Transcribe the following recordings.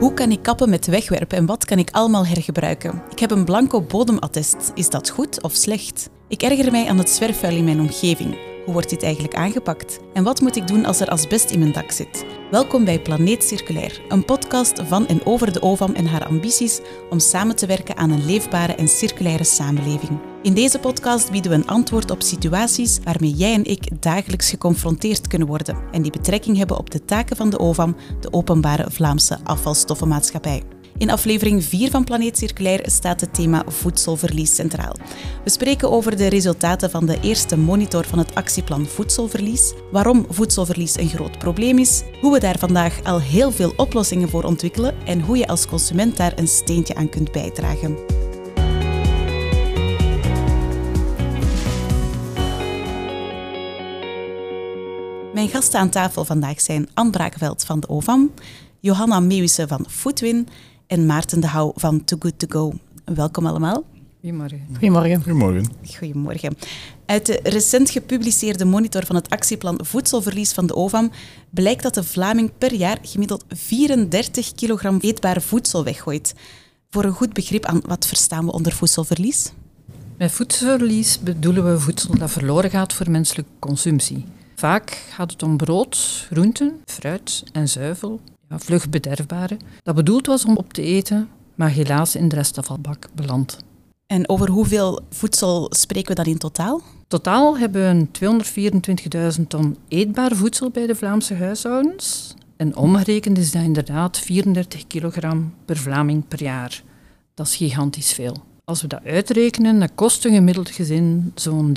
Hoe kan ik kappen met wegwerpen en wat kan ik allemaal hergebruiken? Ik heb een blanco bodemattest. Is dat goed of slecht? Ik erger mij aan het zwerfvuil in mijn omgeving. Hoe wordt dit eigenlijk aangepakt? En wat moet ik doen als er asbest in mijn dak zit? Welkom bij Planeet Circulair, een podcast van en over de OVAM en haar ambities om samen te werken aan een leefbare en circulaire samenleving. In deze podcast bieden we een antwoord op situaties waarmee jij en ik dagelijks geconfronteerd kunnen worden en die betrekking hebben op de taken van de OVAM, de Openbare Vlaamse Afvalstoffenmaatschappij. In aflevering 4 van Planeet Circulair staat het thema voedselverlies centraal. We spreken over de resultaten van de eerste monitor van het actieplan Voedselverlies, waarom voedselverlies een groot probleem is, hoe we daar vandaag al heel veel oplossingen voor ontwikkelen en hoe je als consument daar een steentje aan kunt bijdragen. Mijn gasten aan tafel vandaag zijn Anne Braakeveld van de OVAM, Johanna Meeuwissen van Foodwin en Maarten de Houw van Too Good To Go. Welkom allemaal. Goedemorgen. Goedemorgen. Goedemorgen. Goedemorgen. Uit de recent gepubliceerde monitor van het actieplan Voedselverlies van de OVAM blijkt dat de Vlaming per jaar gemiddeld 34 kilogram eetbaar voedsel weggooit. Voor een goed begrip aan wat verstaan we onder voedselverlies? Met voedselverlies bedoelen we voedsel dat verloren gaat voor menselijke consumptie. Vaak gaat het om brood, groenten, fruit en zuivel, vlug bederfbare, dat bedoeld was om op te eten, maar helaas in de restafvalbak belandt. En over hoeveel voedsel spreken we dan in totaal? Totaal hebben we 224.000 ton eetbaar voedsel bij de Vlaamse huishoudens. En omgerekend is dat inderdaad 34 kilogram per Vlaming per jaar. Dat is gigantisch veel. Als we dat uitrekenen, dan kost een gemiddeld gezin zo'n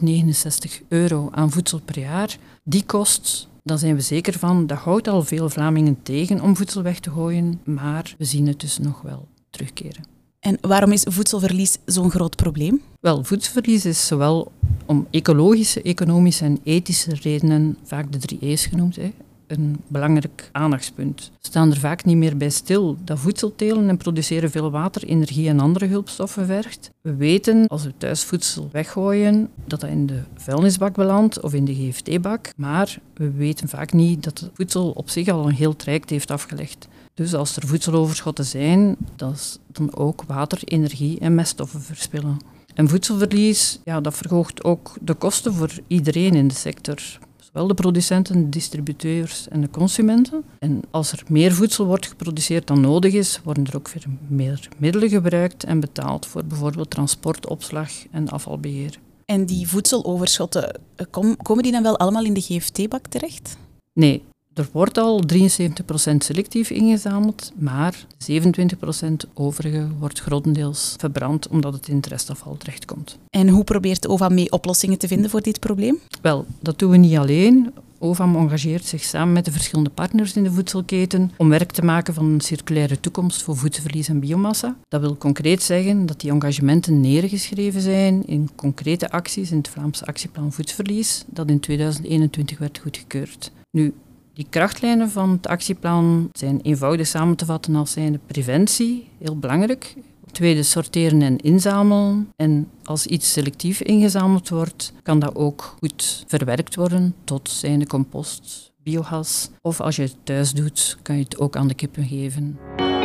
€369 aan voedsel per jaar. Die kost, daar zijn we zeker van, dat houdt al veel Vlamingen tegen om voedsel weg te gooien, maar we zien het dus nog wel terugkeren. En waarom is voedselverlies zo'n groot probleem? Wel, voedselverlies is zowel om ecologische, economische en ethische redenen, vaak de 3 E's genoemd, een belangrijk aandachtspunt. We staan er vaak niet meer bij stil dat voedsel telen en produceren veel water, energie en andere hulpstoffen vergt. We weten, als we thuis voedsel weggooien, dat dat in de vuilnisbak belandt of in de GFT-bak, maar we weten vaak niet dat het voedsel op zich al een heel traject heeft afgelegd. Dus als er voedseloverschotten zijn, dat is dan ook water, energie en meststoffen verspillen. En voedselverlies, dat verhoogt ook de kosten voor iedereen in de sector. Zowel de producenten, de distributeurs en de consumenten. En als er meer voedsel wordt geproduceerd dan nodig is, worden er ook weer meer middelen gebruikt en betaald voor bijvoorbeeld transport, opslag en afvalbeheer. En die voedseloverschotten, komen die dan wel allemaal in de GFT-bak terecht? Nee. Er wordt al 73% selectief ingezameld, maar 27% overige wordt grotendeels verbrand omdat het in het restafval terechtkomt. En hoe probeert de OVAM mee oplossingen te vinden voor dit probleem? Wel, dat doen we niet alleen. OVAM engageert zich samen met de verschillende partners in de voedselketen om werk te maken van een circulaire toekomst voor voedselverlies en biomassa. Dat wil concreet zeggen dat die engagementen neergeschreven zijn in concrete acties in het Vlaamse actieplan Voedselverlies, dat in 2021 werd goedgekeurd. Nu, die krachtlijnen van het actieplan zijn eenvoudig samen te vatten als zijnde preventie, heel belangrijk. Tweede, sorteren en inzamelen. En als iets selectief ingezameld wordt, kan dat ook goed verwerkt worden tot zijnde compost, biogas. Of als je het thuis doet, kan je het ook aan de kippen geven.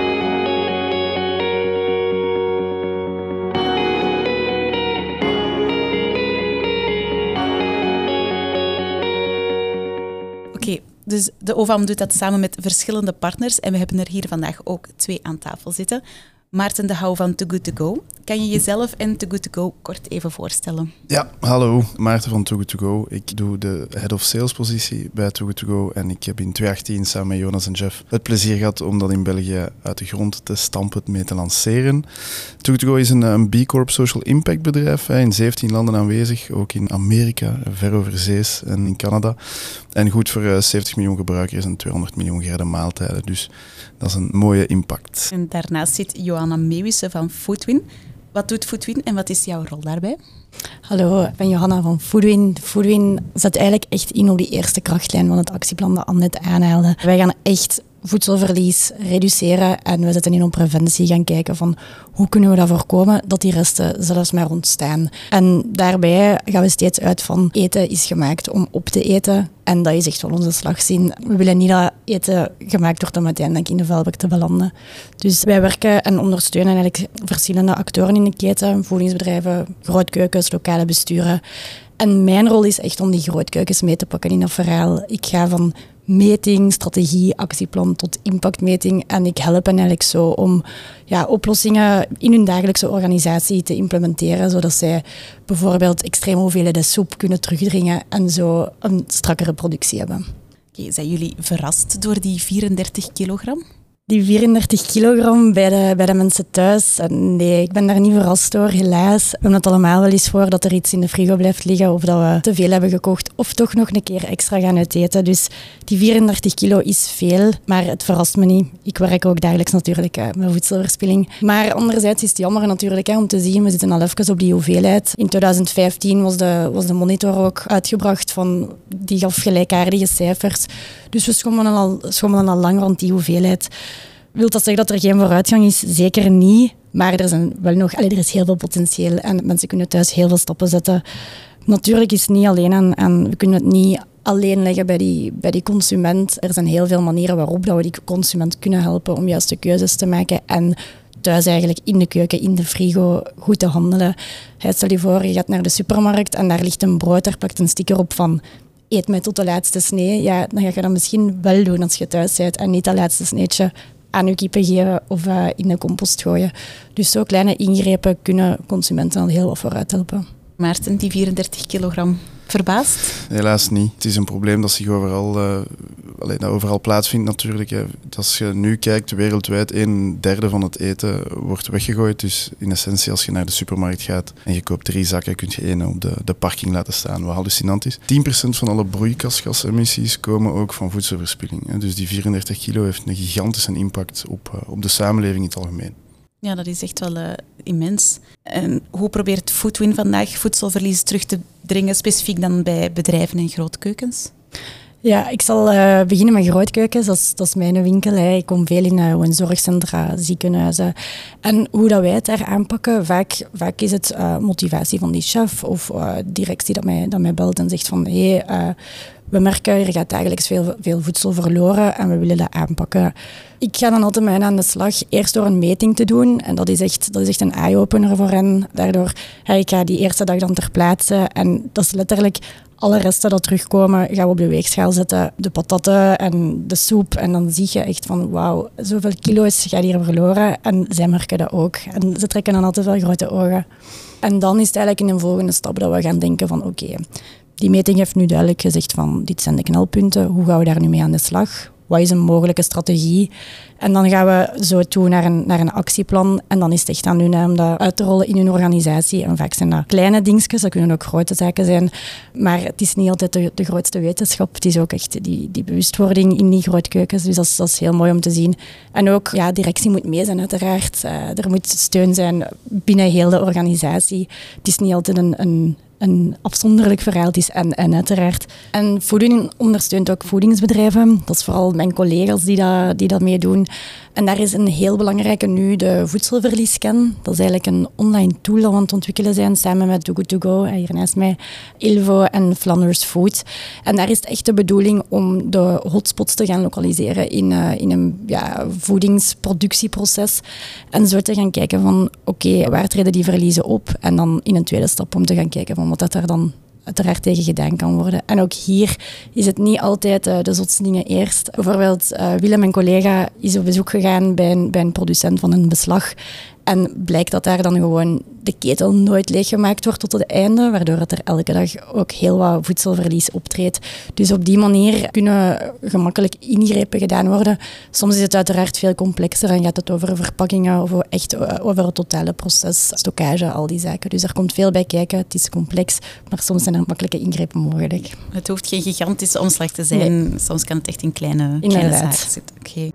Dus de OVAM doet dat samen met verschillende partners en we hebben er hier vandaag ook 2 aan tafel zitten. Maarten de Houw van Too Good To Go. Kan je jezelf en Too Good To Go kort even voorstellen? Ja, hallo. Maarten van Too Good To Go. Ik doe de Head of Sales positie bij Too Good To Go en ik heb in 2018 samen met Jonas en Jeff het plezier gehad om dat in België uit de grond te stampen, mee te lanceren. Too Good To Go is een B Corp Social Impact bedrijf, in 17 landen aanwezig, ook in Amerika, ver over zees en in Canada. En goed voor 70 miljoen gebruikers en 200 miljoen gereide maaltijden. Dus dat is een mooie impact. En daarnaast zit Johanna Meeuwissen van Foodwin. Wat doet Foodwin en wat is jouw rol daarbij? Hallo, ik ben Johanna van Foodwin. Foodwin zet eigenlijk echt in op die eerste krachtlijn van het actieplan dat Anne net aanhaalde. Wij gaan echt voedselverlies reduceren en we zitten in op preventie gaan kijken van hoe kunnen we dat voorkomen dat die resten zelfs maar ontstaan. En daarbij gaan we steeds uit van eten is gemaakt om op te eten en dat is echt wel onze slagzin. We willen niet dat eten gemaakt wordt om uiteindelijk in de vuilbak te belanden. Dus wij werken en ondersteunen eigenlijk verschillende actoren in de keten, voedingsbedrijven, grootkeukens, lokale besturen. En mijn rol is echt om die grootkeukens mee te pakken in dat verhaal. Ik ga van meting, strategie, actieplan tot impactmeting. En ik help hen eigenlijk zo om oplossingen in hun dagelijkse organisatie te implementeren, zodat zij bijvoorbeeld extreme hoeveelheden soep kunnen terugdringen en zo een strakkere productie hebben. Oké, zijn jullie verrast door die 34 kilogram? Die 34 kilogram bij de mensen thuis, nee, ik ben daar niet verrast door, helaas. We hebben het allemaal wel eens voor dat er iets in de frigo blijft liggen of dat we te veel hebben gekocht of toch nog een keer extra gaan uiteten. Dus die 34 kilo is veel, maar het verrast me niet. Ik werk ook dagelijks natuurlijk met voedselverspilling. Maar anderzijds is het jammer natuurlijk om te zien, we zitten al even op die hoeveelheid. In 2015 was de monitor ook uitgebracht van die gaf gelijkaardige cijfers. Dus we schommelen al lang rond die hoeveelheid. Wil dat zeggen dat er geen vooruitgang is? Zeker niet. Maar er is heel veel potentieel en mensen kunnen thuis heel veel stappen zetten. Natuurlijk is het niet alleen en we kunnen het niet alleen leggen bij die consument. Er zijn heel veel manieren waarop dat we die consument kunnen helpen om juiste keuzes te maken en thuis eigenlijk in de keuken, in de frigo, goed te handelen. Stel je voor, je gaat naar de supermarkt en daar ligt een brood, daar plakt een sticker op van eet mij tot de laatste snee. Ja, dan ga je dat misschien wel doen als je thuis bent en niet dat laatste sneetje aan je kippen geven of in de compost gooien. Dus zo kleine ingrepen kunnen consumenten al heel wat vooruit helpen. Maarten, die 34 kilogram, verbaasd? Helaas niet. Het is een probleem dat zich overal plaatsvindt natuurlijk. Hè. Als je nu kijkt, wereldwijd 1/3 van het eten wordt weggegooid. Dus in essentie, als je naar de supermarkt gaat en je koopt 3 zakken, kun je 1 op de parking laten staan, wat hallucinant is. 10% van alle broeikasgasemissies komen ook van voedselverspilling. Hè. Dus die 34 kilo heeft een gigantische impact op de samenleving in het algemeen. Ja, dat is echt wel immens. En hoe probeert Foodwin vandaag voedselverlies terug te dringen, specifiek dan bij bedrijven en grootkeukens? Ja, ik zal beginnen met grootkeukens. Dat is mijn winkel. Hè. Ik kom veel in zorgcentra, ziekenhuizen. En hoe dat wij het daar aanpakken, vaak is het motivatie van die chef of directie dat mij belt en zegt van we merken, er gaat dagelijks veel voedsel verloren en we willen dat aanpakken. Ik ga dan altijd met hen aan de slag, eerst door een meting te doen. En dat is echt een eye-opener voor hen. Daardoor ik ga die eerste dag dan ter plaatse. En dat is letterlijk alle resten dat terugkomen, gaan we op de weegschaal zetten. De patatten en de soep. En dan zie je echt van, wauw, zoveel kilo's gaat hier verloren. En zij merken dat ook. En ze trekken dan altijd wel grote ogen. En dan is het eigenlijk in een volgende stap dat we gaan denken van, oké, die meting heeft nu duidelijk gezegd van, dit zijn de knelpunten. Hoe gaan we daar nu mee aan de slag? Wat is een mogelijke strategie? En dan gaan we zo toe naar een actieplan. En dan is het echt aan hun om dat uit te rollen in hun organisatie. En vaak zijn dat kleine dingetjes, dat kunnen ook grote zaken zijn. Maar het is niet altijd de grootste wetenschap. Het is ook echt die bewustwording in die grootkeukens. Dus dat is heel mooi om te zien. En ook, directie moet mee zijn uiteraard. Er moet steun zijn binnen heel de organisatie. Het is niet altijd een afzonderlijk verhaal, het is en uiteraard. En Foodwin ondersteunt ook voedingsbedrijven. Dat is vooral mijn collega's die dat meedoen. En daar is een heel belangrijke nu de voedselverliesscan. Dat is eigenlijk een online tool dat we aan het ontwikkelen zijn, samen met Too Good To Go, hier naast mij, Ilvo en Flanders Food. En daar is het echt de bedoeling om de hotspots te gaan lokaliseren in een voedingsproductieproces. En zo te gaan kijken van, oké, waar treden die verliezen op? En dan in een tweede stap om te gaan kijken van wat dat er dan uiteraard tegen gedaan kan worden. En ook hier is het niet altijd de zotste dingen eerst. Bijvoorbeeld Willem, mijn collega, is op bezoek gegaan bij een producent van een beslag. En blijkt dat daar dan gewoon de ketel nooit leeggemaakt wordt tot het einde, waardoor er elke dag ook heel wat voedselverlies optreedt. Dus op die manier kunnen gemakkelijk ingrepen gedaan worden. Soms is het uiteraard veel complexer en gaat het over verpakkingen of echt over het totale proces, stockage, al die zaken. Dus er komt veel bij kijken, het is complex, maar soms zijn er makkelijke ingrepen mogelijk. Het hoeft geen gigantische omslag te zijn, nee. Soms kan het echt in kleine zaken zitten. Okay.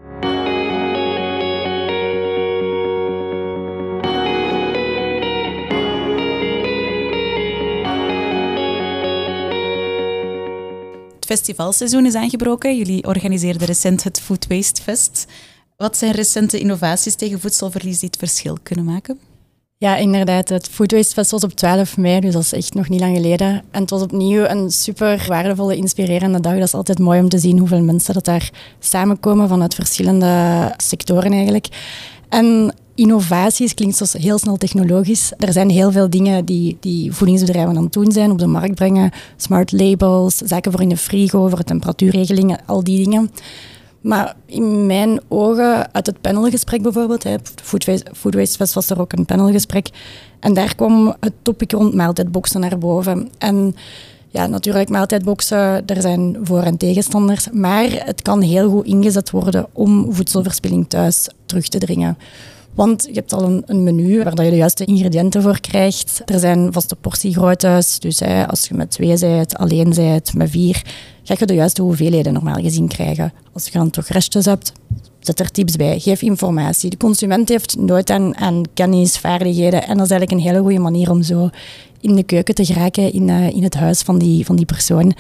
Het festivalseizoen is aangebroken. Jullie organiseerden recent het Food Waste Fest. Wat zijn recente innovaties tegen voedselverlies die het verschil kunnen maken? Ja, inderdaad. Het Food Waste Fest was op 12 mei, dus dat is echt nog niet lang geleden. En het was opnieuw een super waardevolle, inspirerende dag. Dat is altijd mooi om te zien hoeveel mensen dat daar samenkomen vanuit verschillende sectoren eigenlijk. En innovaties klinkt zo heel snel technologisch. Er zijn heel veel dingen die voedingsbedrijven aan het doen zijn, op de markt brengen. Smart labels, zaken voor in de frigo, voor temperatuurregelingen, al die dingen. Maar in mijn ogen, uit het panelgesprek bijvoorbeeld, Food Waste Fest was er ook een panelgesprek, en daar kwam het topic rond maaltijdboxen naar boven. En ja, natuurlijk, maaltijdboxen, er zijn voor- en tegenstanders, maar het kan heel goed ingezet worden om voedselverspilling thuis terug te dringen. Want je hebt al een menu waar je de juiste ingrediënten voor krijgt. Er zijn vaste portiegroottes, dus als je met 2 bent, alleen bent, met 4, ga je de juiste hoeveelheden normaal gezien krijgen. Als je dan toch restjes hebt, zet er tips bij, geef informatie. De consument heeft nooit aan kennis, vaardigheden, en dat is eigenlijk een hele goede manier om zo in de keuken te geraken in het huis van die persoon.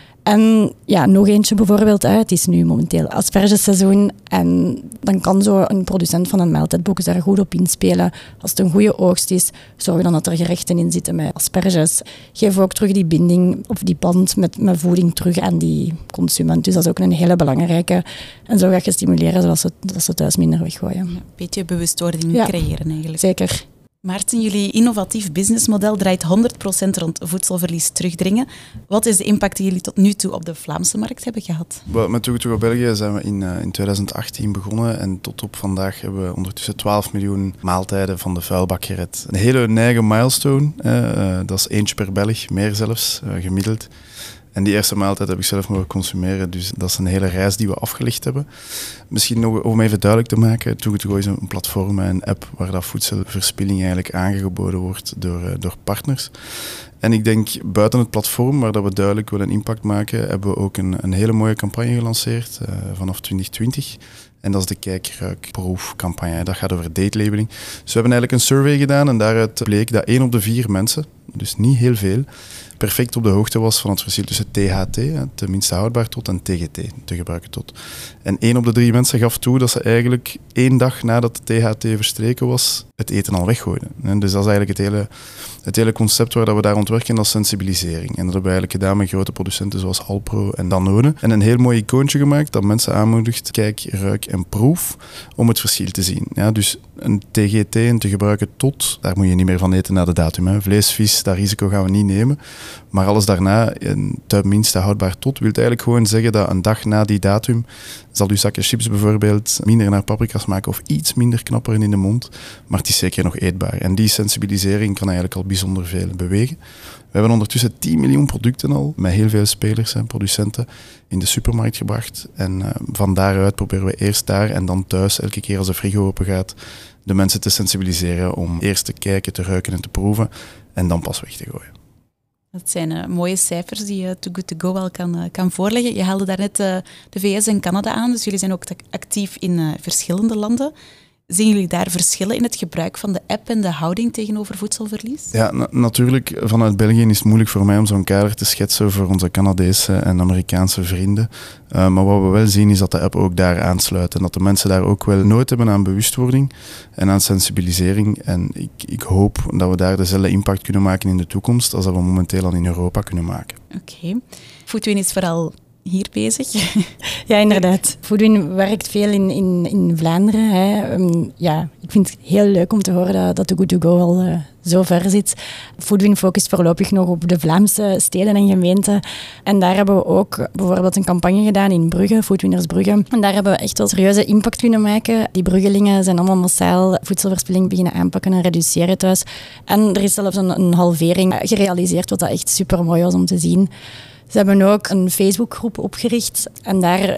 En ja, nog eentje bijvoorbeeld, het is nu momenteel aspergeseizoen, en dan kan zo een producent van een maaltijdbox daar goed op inspelen. Als het een goede oogst is, zorg dan dat er gerechten in zitten met asperges. Geef ook terug die binding of die band met voeding terug aan die consument. Dus dat is ook een hele belangrijke. En zo ga je stimuleren zodat ze thuis minder weggooien. Ja, een beetje bewustwording creëren eigenlijk. Zeker. Maarten, jullie innovatief businessmodel draait 100% rond voedselverlies terugdringen. Wat is de impact die jullie tot nu toe op de Vlaamse markt hebben gehad? Met Too Good To Go België zijn we in 2018 begonnen en tot op vandaag hebben we ondertussen 12 miljoen maaltijden van de vuilbak gered. Een hele eigen milestone, dat is eentje per Belg, meer zelfs, gemiddeld. En die eerste maaltijd heb ik zelf mogen consumeren, dus dat is een hele reis die we afgelegd hebben. Misschien nog om even duidelijk te maken, Too Good To Go is een platform en een app waar dat voedselverspilling eigenlijk aangeboden wordt door partners. En ik denk, buiten het platform, waar dat we duidelijk willen impact maken, hebben we ook een hele mooie campagne gelanceerd vanaf 2020. En dat is de Kijk, Ruik, Proef campagne. Dat gaat over datelabeling. Dus we hebben eigenlijk een survey gedaan en daaruit bleek dat 1 op de 4 mensen, dus niet heel veel, perfect op de hoogte was van het verschil tussen THT, tenminste houdbaar tot, en TGT, te gebruiken tot. En 1 op de 3 mensen gaf toe dat ze eigenlijk 1 dag nadat de THT verstreken was, het eten al weggooiden. En dus dat is eigenlijk het hele concept waar we daar ontwerken, dat is sensibilisering. En dat hebben we eigenlijk gedaan met grote producenten zoals Alpro en Danone. En een heel mooi icoontje gemaakt dat mensen aanmoedigt, kijk, ruik en proef, om het verschil te zien. Ja, dus een TGT, en te gebruiken tot, daar moet je niet meer van eten na de datum. Hè. Vlees, vis, dat risico gaan we niet nemen. Maar alles daarna, tenminste houdbaar tot, wil eigenlijk gewoon zeggen dat een dag na die datum zal uw zakje chips bijvoorbeeld minder naar paprika's maken of iets minder knapperen in de mond, maar het is zeker nog eetbaar. En die sensibilisering kan eigenlijk al bijzonder veel bewegen. We hebben ondertussen 10 miljoen producten al, met heel veel spelers en producenten, in de supermarkt gebracht. En van daaruit proberen we eerst daar en dan thuis, elke keer als de frigo open gaat, de mensen te sensibiliseren om eerst te kijken, te ruiken en te proeven en dan pas weg te gooien. Dat zijn mooie cijfers die Too Good To Go wel kan voorleggen. Je haalde daarnet de VS en Canada aan, dus jullie zijn ook actief in verschillende landen. Zien jullie daar verschillen in het gebruik van de app en de houding tegenover voedselverlies? Ja, natuurlijk. Vanuit België is het moeilijk voor mij om zo'n kader te schetsen voor onze Canadese en Amerikaanse vrienden. Maar wat we wel zien is dat de app ook daar aansluit en dat de mensen daar ook wel nood hebben aan bewustwording en aan sensibilisering. En ik hoop dat we daar dezelfde impact kunnen maken in de toekomst als dat we momenteel al in Europa kunnen maken. Oké. Foodwin is vooral hier bezig. Ja, inderdaad. Foodwin werkt veel in Vlaanderen. Hè. Ja, ik vind het heel leuk om te horen dat Too Good To Go al zo ver zit. Foodwin focust voorlopig nog op de Vlaamse steden en gemeenten. En daar hebben we ook bijvoorbeeld een campagne gedaan in Brugge, Foodwinners Brugge. En daar hebben we echt wel serieuze impact kunnen maken. Die Bruggelingen zijn allemaal massaal voedselverspilling beginnen aanpakken en reduceren thuis. En er is zelfs een halvering gerealiseerd, wat dat echt super mooi was om te zien. Ze hebben ook een Facebookgroep opgericht en daar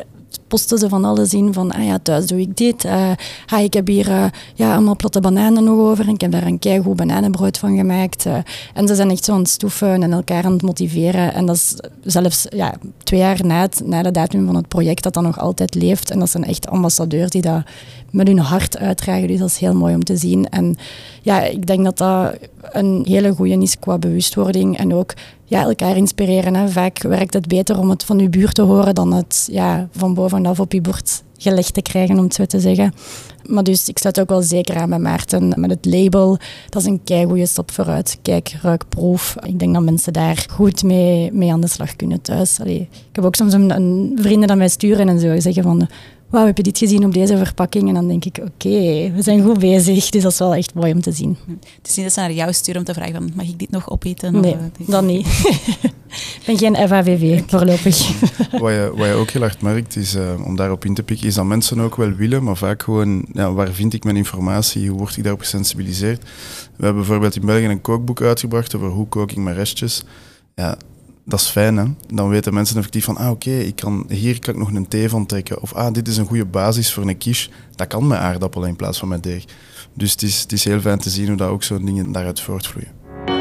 posten ze van alles in, van thuis doe ik dit. Ik heb hier allemaal platte bananen nog over en ik heb daar een keigoed bananenbrood van gemaakt. En ze zijn echt zo aan het stoeven en elkaar aan het motiveren. En dat is zelfs 2 jaar na de datum van het project dat nog altijd leeft. En dat zijn echt ambassadeurs die dat met hun hart uitdragen. Dus dat is heel mooi om te zien. En ik denk dat dat een hele goeie is qua bewustwording en ook elkaar inspireren. Hè. Vaak werkt het beter om het van je buurt te horen dan het van bovenaf op je bord gelegd te krijgen, om het zo te zeggen. Maar dus ik sluit ook wel zeker aan bij Maarten met het label. Dat is een keigoeie stap vooruit. Kijk, ruik, proef. Ik denk dat mensen daar goed mee aan de slag kunnen thuis. Ik heb ook soms een vrienden dat mij sturen en zo zeggen van... Wauw, heb je dit gezien op deze verpakking? En dan denk ik, oké, we zijn goed bezig. Dus dat is wel echt mooi om te zien. Het is niet dat ze naar jou sturen om te vragen van, mag ik dit nog opeten? Nee, dat niet. Ik ben geen FAVV, voorlopig. Wat je ook heel hard merkt, is, om daarop in te pikken, is dat mensen ook wel willen, maar vaak gewoon, waar vind ik mijn informatie? Hoe word ik daarop gesensibiliseerd? We hebben bijvoorbeeld in België een kookboek uitgebracht over hoe kook ik mijn restjes. Ja, dat is fijn, hè? Dan weten mensen effectief van, hier kan ik nog een thee van trekken. Of dit is een goede basis voor een quiche. Dat kan met aardappelen in plaats van met deeg. Dus het is heel fijn te zien hoe dat ook zo'n dingen daaruit voortvloeien.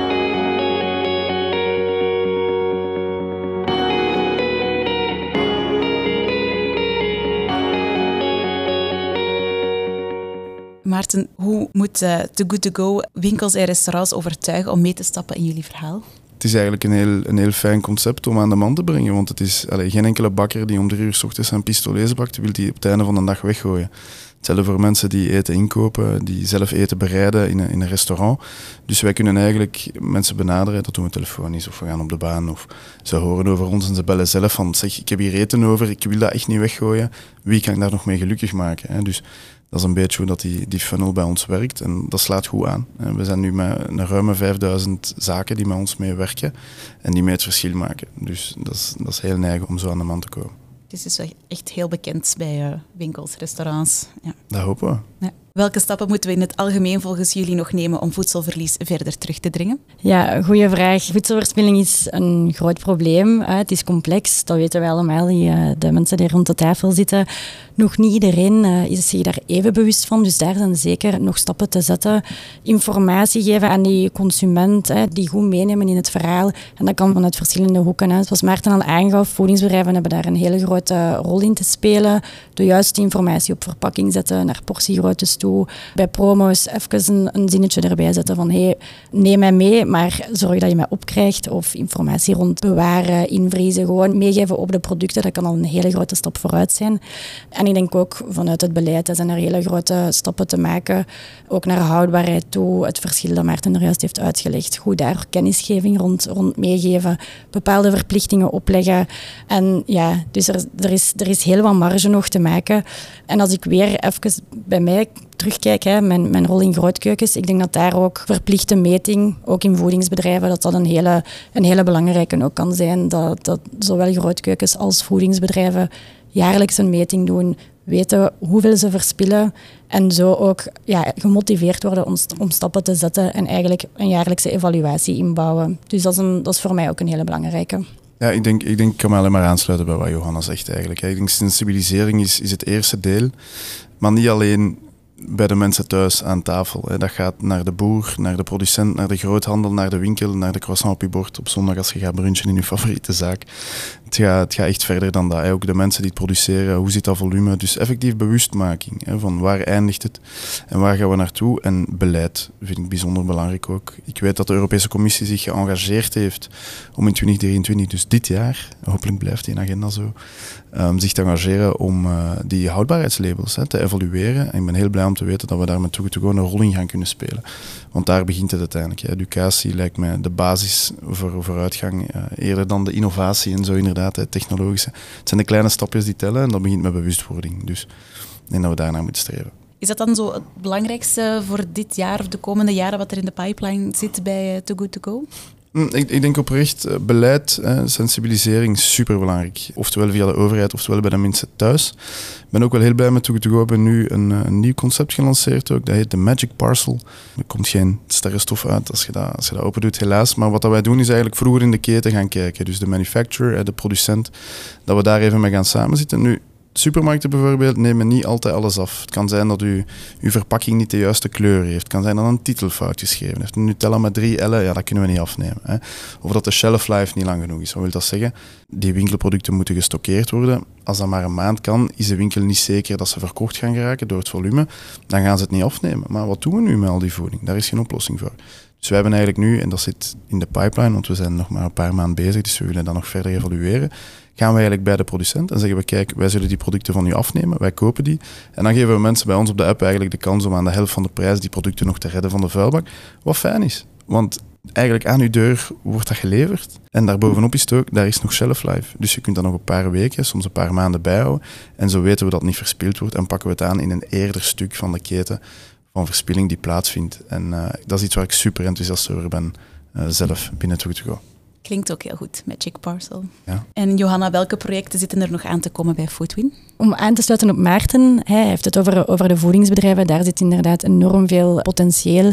Maarten, hoe moet Too Good To Go winkels en restaurants overtuigen om mee te stappen in jullie verhaal? Het is eigenlijk een heel fijn concept om aan de man te brengen, want het is geen enkele bakker die om 3 uur 's ochtends zijn pistolets bakt, wil die op het einde van de dag weggooien. Hetzelfde voor mensen die eten inkopen, die zelf eten bereiden in een restaurant. Dus wij kunnen eigenlijk mensen benaderen, dat doen we telefonisch of we gaan op de baan of ze horen over ons en ze bellen zelf van zeg, ik heb hier eten over, ik wil dat echt niet weggooien, wie kan ik daar nog mee gelukkig maken? Hè? Dus dat is een beetje hoe dat die funnel bij ons werkt en dat slaat goed aan. We zijn nu met een ruime 5000 zaken die met ons mee werken en die mee het verschil maken. Dus dat is heel neig om zo aan de man te komen. Het is dus echt heel bekend bij winkels, restaurants. Ja. Dat hopen we. Ja. Welke stappen moeten we in het algemeen volgens jullie nog nemen om voedselverlies verder terug te dringen? Ja, goede vraag. Voedselverspilling is een groot probleem. Het is complex, dat weten wij allemaal, de mensen die rond de tafel zitten. Nog niet iedereen is zich daar even bewust van, dus daar zijn zeker nog stappen te zetten. Informatie geven aan die consument, die goed meenemen in het verhaal. En dat kan vanuit verschillende hoeken. Zoals Maarten al aangaf, voedingsbedrijven hebben daar een hele grote rol in te spelen. De juiste informatie op verpakking zetten, naar portiegroottes toe. Bij promo's even een zinnetje erbij zetten van hey, neem mij mee, maar zorg dat je mij opkrijgt. Of informatie rond bewaren, invriezen, gewoon meegeven op de producten. Dat kan al een hele grote stap vooruit zijn. En ik denk ook vanuit het beleid zijn er hele grote stappen te maken. Ook naar houdbaarheid toe, het verschil dat Maarten er juist heeft uitgelegd. Goed daar kennisgeving rond meegeven, bepaalde verplichtingen opleggen. En ja, dus er is heel wat marge nog te maken. En als ik weer even bij mij terugkijk, mijn rol in grootkeukens, ik denk dat daar ook verplichte meting, ook in voedingsbedrijven, dat een hele belangrijke ook kan zijn. Dat zowel grootkeukens als voedingsbedrijven jaarlijks een meting doen, weten hoeveel ze verspillen en zo ook gemotiveerd worden om stappen te zetten en eigenlijk een jaarlijkse evaluatie inbouwen. Dus dat is voor mij ook een hele belangrijke. Ja, ik kan me alleen maar aansluiten bij wat Johanna zegt eigenlijk. Ik denk sensibilisering is het eerste deel, maar niet alleen bij de mensen thuis aan tafel. Dat gaat naar de boer, naar de producent, naar de groothandel, naar de winkel, naar de croissant op je bord op zondag als je gaat brunchen in je favoriete zaak. Het gaat echt verder dan dat. Ook de mensen die het produceren, hoe zit dat volume? Dus effectief bewustmaking van waar eindigt het en waar gaan we naartoe. En beleid vind ik bijzonder belangrijk ook. Ik weet dat de Europese Commissie zich geëngageerd heeft om in 2023, dus dit jaar, hopelijk blijft die agenda zo, zich te engageren om die houdbaarheidslabels te evalueren. En ik ben heel blij om te weten dat we daar met Too Good To Go een rol in gaan kunnen spelen. Want daar begint het uiteindelijk. Educatie lijkt mij de basis voor vooruitgang, eerder dan de innovatie en zo inderdaad, het technologische. Het zijn de kleine stapjes die tellen en dat begint met bewustwording. Dus ik denk dat we daarnaar moeten streven. Is dat dan zo het belangrijkste voor dit jaar of de komende jaren wat er in de pipeline zit bij Too Good To Go? Ik denk oprecht, beleid, sensibilisering, superbelangrijk. Oftewel via de overheid, oftewel bij de mensen thuis. Ik ben ook wel heel blij met Too Good To Go. We hebben nu een nieuw concept gelanceerd ook. Dat heet de Magic Parcel. Er komt geen sterrenstof uit als je dat open doet, helaas. Maar wat dat wij doen is eigenlijk vroeger in de keten gaan kijken. Dus de manufacturer, de producent, dat we daar even mee gaan samenzitten. Nu, Supermarkten bijvoorbeeld nemen niet altijd alles af. Het kan zijn dat uw verpakking niet de juiste kleur heeft. Het kan zijn dat een titelfout geschreven heeft. Een Nutella met 3 L'en, ja, dat kunnen we niet afnemen. Hè. Of dat de shelf life niet lang genoeg is. Wat wil dat zeggen? Die winkelproducten moeten gestockeerd worden. Als dat maar een maand kan, is de winkel niet zeker dat ze verkocht gaan geraken door het volume. Dan gaan ze het niet afnemen. Maar wat doen we nu met al die voeding? Daar is geen oplossing voor. Dus wij hebben eigenlijk nu, en dat zit in de pipeline, want we zijn nog maar een paar maanden bezig, dus we willen dat nog verder evalueren, gaan we eigenlijk bij de producent en zeggen we, kijk, wij zullen die producten van u afnemen, wij kopen die. En dan geven we mensen bij ons op de app eigenlijk de kans om aan de helft van de prijs die producten nog te redden van de vuilbak. Wat fijn is, want eigenlijk aan uw deur wordt dat geleverd. En daarbovenop is het ook, daar is nog shelf life. Dus je kunt dat nog een paar weken, soms een paar maanden bijhouden. En zo weten we dat het niet verspild wordt en pakken we het aan in een eerder stuk van de keten van verspilling die plaatsvindt. En dat is iets waar ik super enthousiast over ben, zelf binnen Too Good To Go. Klinkt ook heel goed, Magic Parcel. Ja. En Johanna, welke projecten zitten er nog aan te komen bij Foodwin? Om aan te sluiten op Maarten, hij heeft het over de voedingsbedrijven. Daar zit inderdaad enorm veel potentieel.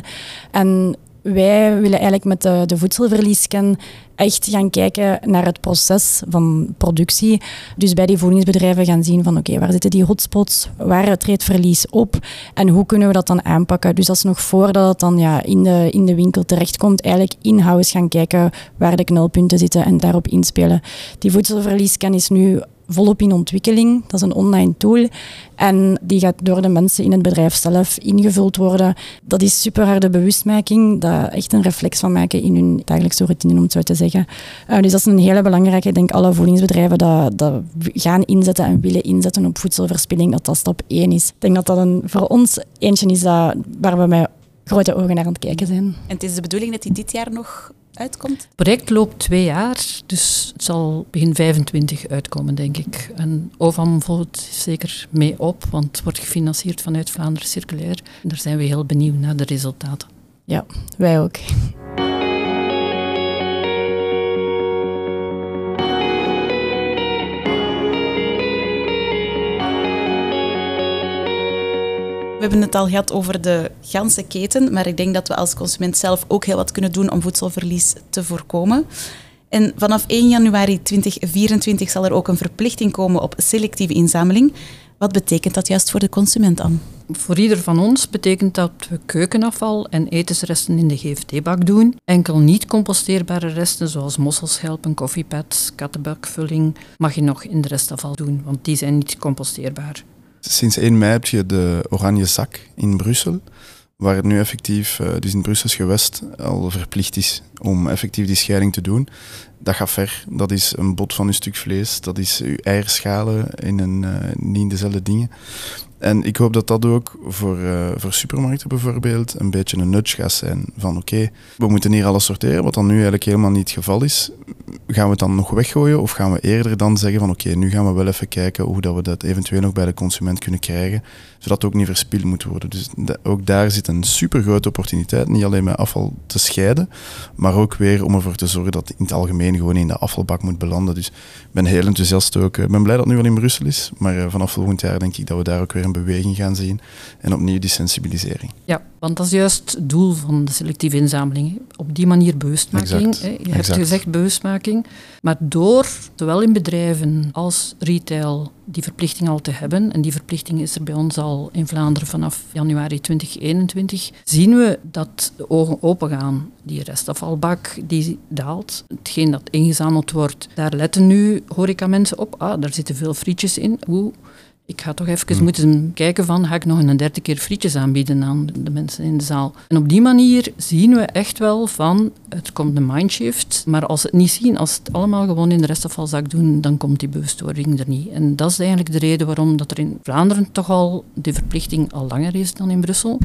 En wij willen eigenlijk met de voedselverliesscan echt gaan kijken naar het proces van productie. Dus bij die voedingsbedrijven gaan zien van oké, waar zitten die hotspots, waar treedt verlies op en hoe kunnen we dat dan aanpakken. Dus dat is nog voordat het dan in de winkel terechtkomt, eigenlijk in-house gaan kijken waar de knelpunten zitten en daarop inspelen. Die voedselverliesscan is nu volop in ontwikkeling. Dat is een online tool en die gaat door de mensen in het bedrijf zelf ingevuld worden. Dat is super harde bewustmaking, daar echt een reflex van maken in hun dagelijkse routine, om het zo te zeggen. Dus dat is een hele belangrijke. Ik denk alle voedingsbedrijven dat gaan inzetten en willen inzetten op voedselverspilling, dat stap 1 is. Ik denk dat dat voor ons eentje is waar we met grote ogen naar aan het kijken zijn. En het is de bedoeling dat die dit jaar nog uitkomt? Het project loopt 2 jaar, dus het zal begin 25 uitkomen, denk ik. En OVAM volgt zeker mee op, want het wordt gefinancierd vanuit Vlaanderen Circulair. En daar zijn we heel benieuwd naar de resultaten. Ja, wij ook. We hebben het al gehad over de ganse keten, maar ik denk dat we als consument zelf ook heel wat kunnen doen om voedselverlies te voorkomen. En vanaf 1 januari 2024 zal er ook een verplichting komen op selectieve inzameling. Wat betekent dat juist voor de consument dan? Voor ieder van ons betekent dat we keukenafval en etensresten in de GFT-bak doen. Enkel niet composteerbare resten zoals mosselschelpen, koffiepads, kattenbakvulling mag je nog in de restafval doen, want die zijn niet composteerbaar. Sinds 1 mei heb je de oranje zak in Brussel, waar het nu effectief, dus in Brussels gewest, al verplicht is om effectief die scheiding te doen. Dat gaat ver. Dat is een bot van een stuk vlees, dat is uw eierschalen niet in dezelfde dingen. En ik hoop dat dat ook voor supermarkten bijvoorbeeld een beetje een nudge gaat zijn van oké, we moeten hier alles sorteren, wat dan nu eigenlijk helemaal niet het geval is. Gaan we het dan nog weggooien of gaan we eerder dan zeggen van oké, nu gaan we wel even kijken hoe dat we dat eventueel nog bij de consument kunnen krijgen, zodat het ook niet verspild moet worden. Dus ook daar zit een supergrote opportuniteit, niet alleen met afval te scheiden, maar ook weer om ervoor te zorgen dat het in het algemeen gewoon in de afvalbak moet belanden. Dus ik ben heel enthousiast ook. Ik ben blij dat het nu al in Brussel is, maar vanaf volgend jaar denk ik dat we daar ook weer een beweging gaan zien en opnieuw die sensibilisering. Ja, want dat is juist het doel van de selectieve inzameling. Op die manier bewustmaking. Exact. Je hebt gezegd bewustmaking. Maar door, zowel in bedrijven als retail, die verplichting al te hebben, en die verplichting is er bij ons al in Vlaanderen vanaf januari 2021, zien we dat de ogen open gaan. Die restafvalbak die daalt. Hetgeen dat ingezameld wordt, daar letten nu horecamensen op. Daar zitten veel frietjes in. Ik ga toch even moeten kijken van, ga ik nog een 3e keer frietjes aanbieden aan de mensen in de zaal. En op die manier zien we echt wel van, het komt een mindshift, maar als ze het niet zien, als ze het allemaal gewoon in de restafvalzak doen, dan komt die bewustwording er niet. En dat is eigenlijk de reden waarom dat er in Vlaanderen toch al de verplichting al langer is dan in Brussel.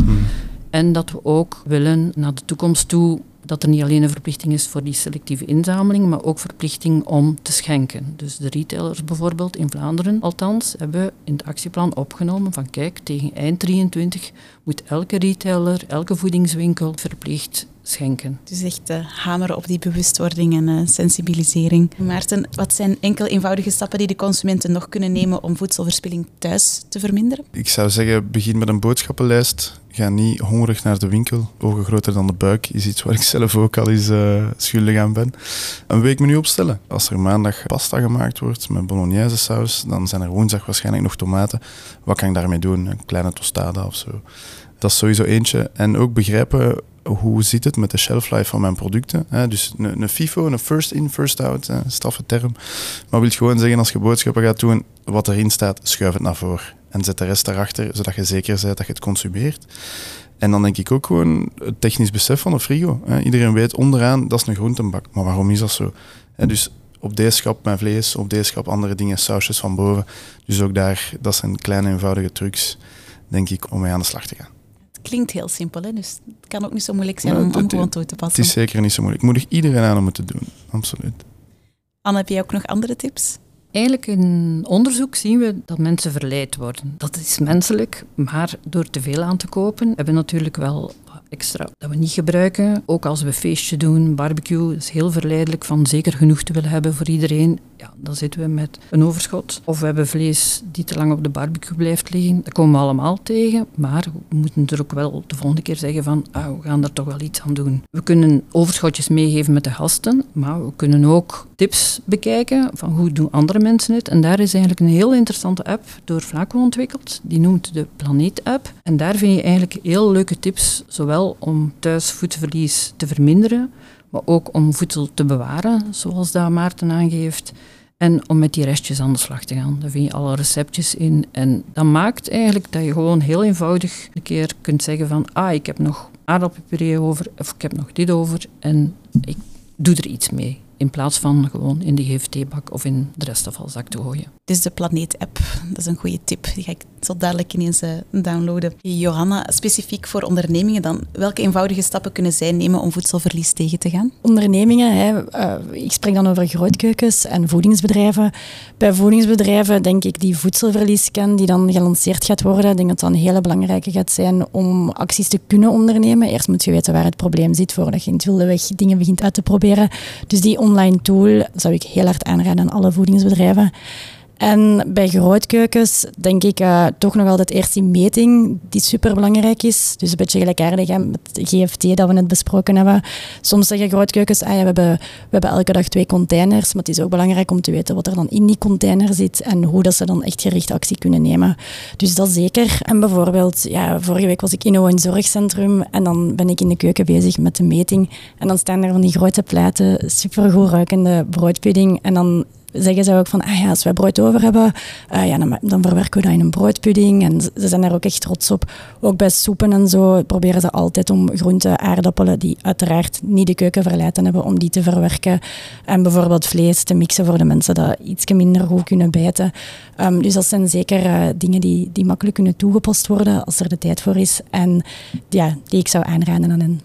En dat we ook willen naar de toekomst toe dat er niet alleen een verplichting is voor die selectieve inzameling, maar ook verplichting om te schenken. Dus de retailers bijvoorbeeld in Vlaanderen, althans, hebben in het actieplan opgenomen van kijk, tegen eind 2023 moet elke retailer, elke voedingswinkel verplicht schenken. Dus echt hameren op die bewustwording en sensibilisering. Maarten, wat zijn enkel eenvoudige stappen die de consumenten nog kunnen nemen om voedselverspilling thuis te verminderen? Ik zou zeggen, begin met een boodschappenlijst. Ga niet hongerig naar de winkel. Ogen groter dan de buik is iets waar ik zelf ook al eens schuldig aan ben. Een weekmenu opstellen. Als er maandag pasta gemaakt wordt met bolognese saus, dan zijn er woensdag waarschijnlijk nog tomaten. Wat kan ik daarmee doen? Een kleine tostada of zo. Dat is sowieso eentje. En ook begrijpen, hoe zit het met de shelf life van mijn producten? Dus een FIFO, een first in, first out, straffe term. Maar wil gewoon zeggen, als je boodschappen gaat doen, wat erin staat, schuif het naar voren. En zet de rest daarachter, zodat je zeker bent dat je het consumeert. En dan denk ik ook gewoon het technisch besef van de frigo. Iedereen weet onderaan, dat is een groentenbak. Maar waarom is dat zo? Dus op deze schap mijn vlees, op deze schap andere dingen, sausjes van boven. Dus ook daar, dat zijn kleine eenvoudige trucs, denk ik, om mee aan de slag te gaan. Het klinkt heel simpel, hè? Dus het kan ook niet zo moeilijk zijn om gewoon toe te passen. Het is zeker niet zo moeilijk. Ik moedig iedereen aan om het te doen, absoluut. Anne, heb jij ook nog andere tips? Eigenlijk in onderzoek zien we dat mensen verleid worden. Dat is menselijk, maar door te veel aan te kopen hebben we natuurlijk wel extra dat we niet gebruiken. Ook als we een feestje doen, barbecue, dat is heel verleidelijk van zeker genoeg te willen hebben voor iedereen. Ja, dan zitten we met een overschot. Of we hebben vlees die te lang op de barbecue blijft liggen. Dat komen we allemaal tegen, maar we moeten er ook wel de volgende keer zeggen van we gaan er toch wel iets aan doen. We kunnen overschotjes meegeven met de gasten, maar we kunnen ook tips bekijken van hoe doen andere mensen het. En daar is eigenlijk een heel interessante app door Vlaco ontwikkeld. Die noemt de Planeet-app. En daar vind je eigenlijk heel leuke tips, zowel om thuis voedselverlies te verminderen, maar ook om voedsel te bewaren, zoals dat Maarten aangeeft. En om met die restjes aan de slag te gaan. Daar vind je alle receptjes in. En dat maakt eigenlijk dat je gewoon heel eenvoudig een keer kunt zeggen van ik heb nog aardappelpuree over, of ik heb nog dit over en ik doe er iets mee. In plaats van gewoon in de GFT-bak of in de restafvalzak te gooien. Dus de Planeet-app, dat is een goede tip. Die ga ik zo dadelijk ineens downloaden. Johanna, specifiek voor ondernemingen dan. Welke eenvoudige stappen kunnen zij nemen om voedselverlies tegen te gaan? Ondernemingen, ik spreek dan over grootkeukens en voedingsbedrijven. Bij voedingsbedrijven denk ik die voedselverliesscan die dan gelanceerd gaat worden, ik denk dat dat een hele belangrijke gaat zijn om acties te kunnen ondernemen. Eerst moet je weten waar het probleem zit voordat je in het wilde weg dingen begint uit te proberen. Dus die online tool zou ik heel hard aanraden aan alle voedingsbedrijven. En bij grootkeukens denk ik toch nog altijd eerst die meting die superbelangrijk is. Dus een beetje gelijkaardig met de GFT dat we net besproken hebben. Soms zeggen grootkeukens, we hebben elke dag 2 containers, maar het is ook belangrijk om te weten wat er dan in die container zit en hoe dat ze dan echt gericht actie kunnen nemen. Dus dat zeker. En bijvoorbeeld, vorige week was ik in een zorgcentrum en dan ben ik in de keuken bezig met de meting. En dan staan er van die grote platen, supergoed ruikende broodpudding en dan zeggen ze ook van, als wij brood over hebben, dan verwerken we dat in een broodpudding. En ze zijn daar ook echt trots op. Ook bij soepen en zo proberen ze altijd om groenten, aardappelen, die uiteraard niet de keuken verlaten hebben, om die te verwerken. En bijvoorbeeld vlees te mixen voor de mensen dat iets minder goed kunnen bijten. Dus dat zijn zeker dingen die makkelijk kunnen toegepast worden als er de tijd voor is. En die ik zou aanraden aan hen.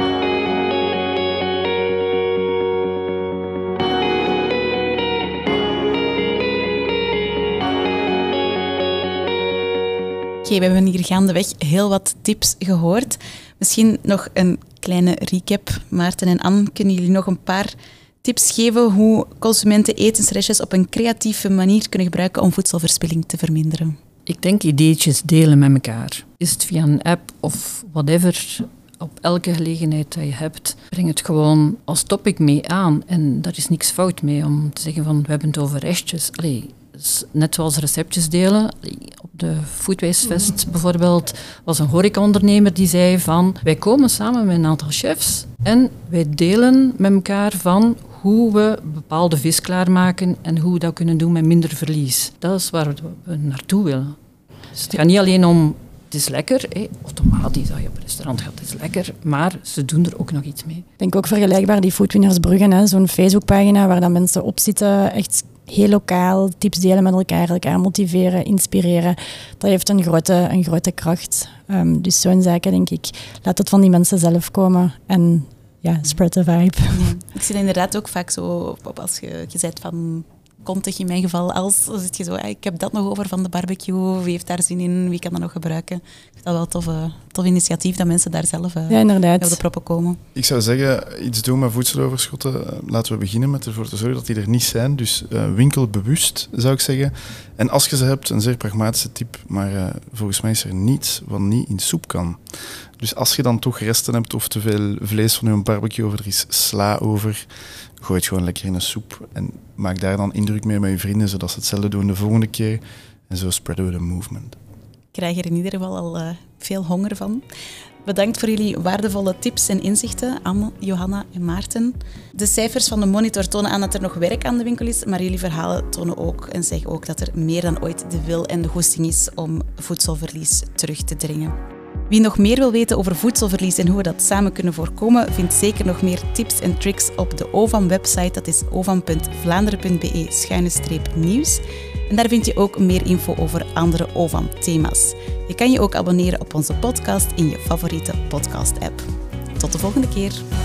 We hebben hier gaandeweg heel wat tips gehoord. Misschien nog een kleine recap. Maarten en Anne, kunnen jullie nog een paar tips geven hoe consumenten etensrestjes op een creatieve manier kunnen gebruiken om voedselverspilling te verminderen? Ik denk ideetjes delen met elkaar. Is het via een app of whatever, op elke gelegenheid dat je hebt, breng het gewoon als topic mee aan. En daar is niks fout mee om te zeggen van we hebben het over restjes. Net zoals receptjes delen. Op de Food Waste Fest bijvoorbeeld was een horecaondernemer die zei van wij komen samen met een aantal chefs en wij delen met elkaar van hoe we bepaalde vis klaarmaken en hoe we dat kunnen doen met minder verlies. Dat is waar we naartoe willen. Dus het gaat niet alleen om het is lekker, automatisch dat je op een restaurant gaat, het is lekker, maar ze doen er ook nog iets mee. Ik denk ook vergelijkbaar die Foodwinners Bruggen, zo'n Facebookpagina waar dan mensen op zitten, echt heel lokaal, tips delen met elkaar motiveren, inspireren. Dat heeft een grote kracht. Dus zo'n zaken, denk ik, laat het van die mensen zelf komen en spread the vibe. Ja. Ik zie inderdaad ook vaak zo op als je zegt van kontig in mijn geval als. Dan zit je zo, ik heb dat nog over van de barbecue, wie heeft daar zin in, wie kan dat nog gebruiken. Ik vind dat wel een tof initiatief dat mensen daar zelf inderdaad. op de proppen komen. Ik zou zeggen, iets doen met voedseloverschotten. Laten we beginnen met ervoor te zorgen dat die er niet zijn. Dus winkelbewust, zou ik zeggen. En als je ze hebt, een zeer pragmatische tip, maar volgens mij is er niets wat niet in soep kan. Dus als je dan toch resten hebt of te veel vlees van je barbecue over, er is sla over, gooi het gewoon lekker in een soep en maak daar dan indruk mee met je vrienden, zodat ze hetzelfde doen de volgende keer. En zo spreaden we de movement. Ik krijg er in ieder geval al veel honger van. Bedankt voor jullie waardevolle tips en inzichten, Anne, Johanna en Maarten. De cijfers van de monitor tonen aan dat er nog werk aan de winkel is, maar jullie verhalen tonen ook en zeggen ook dat er meer dan ooit de wil en de goesting is om voedselverlies terug te dringen. Wie nog meer wil weten over voedselverlies en hoe we dat samen kunnen voorkomen, vindt zeker nog meer tips en tricks op de OVAM-website. Dat is ovam.vlaanderen.be/nieuws. En daar vind je ook meer info over andere OVAM-thema's. Je kan je ook abonneren op onze podcast in je favoriete podcast-app. Tot de volgende keer.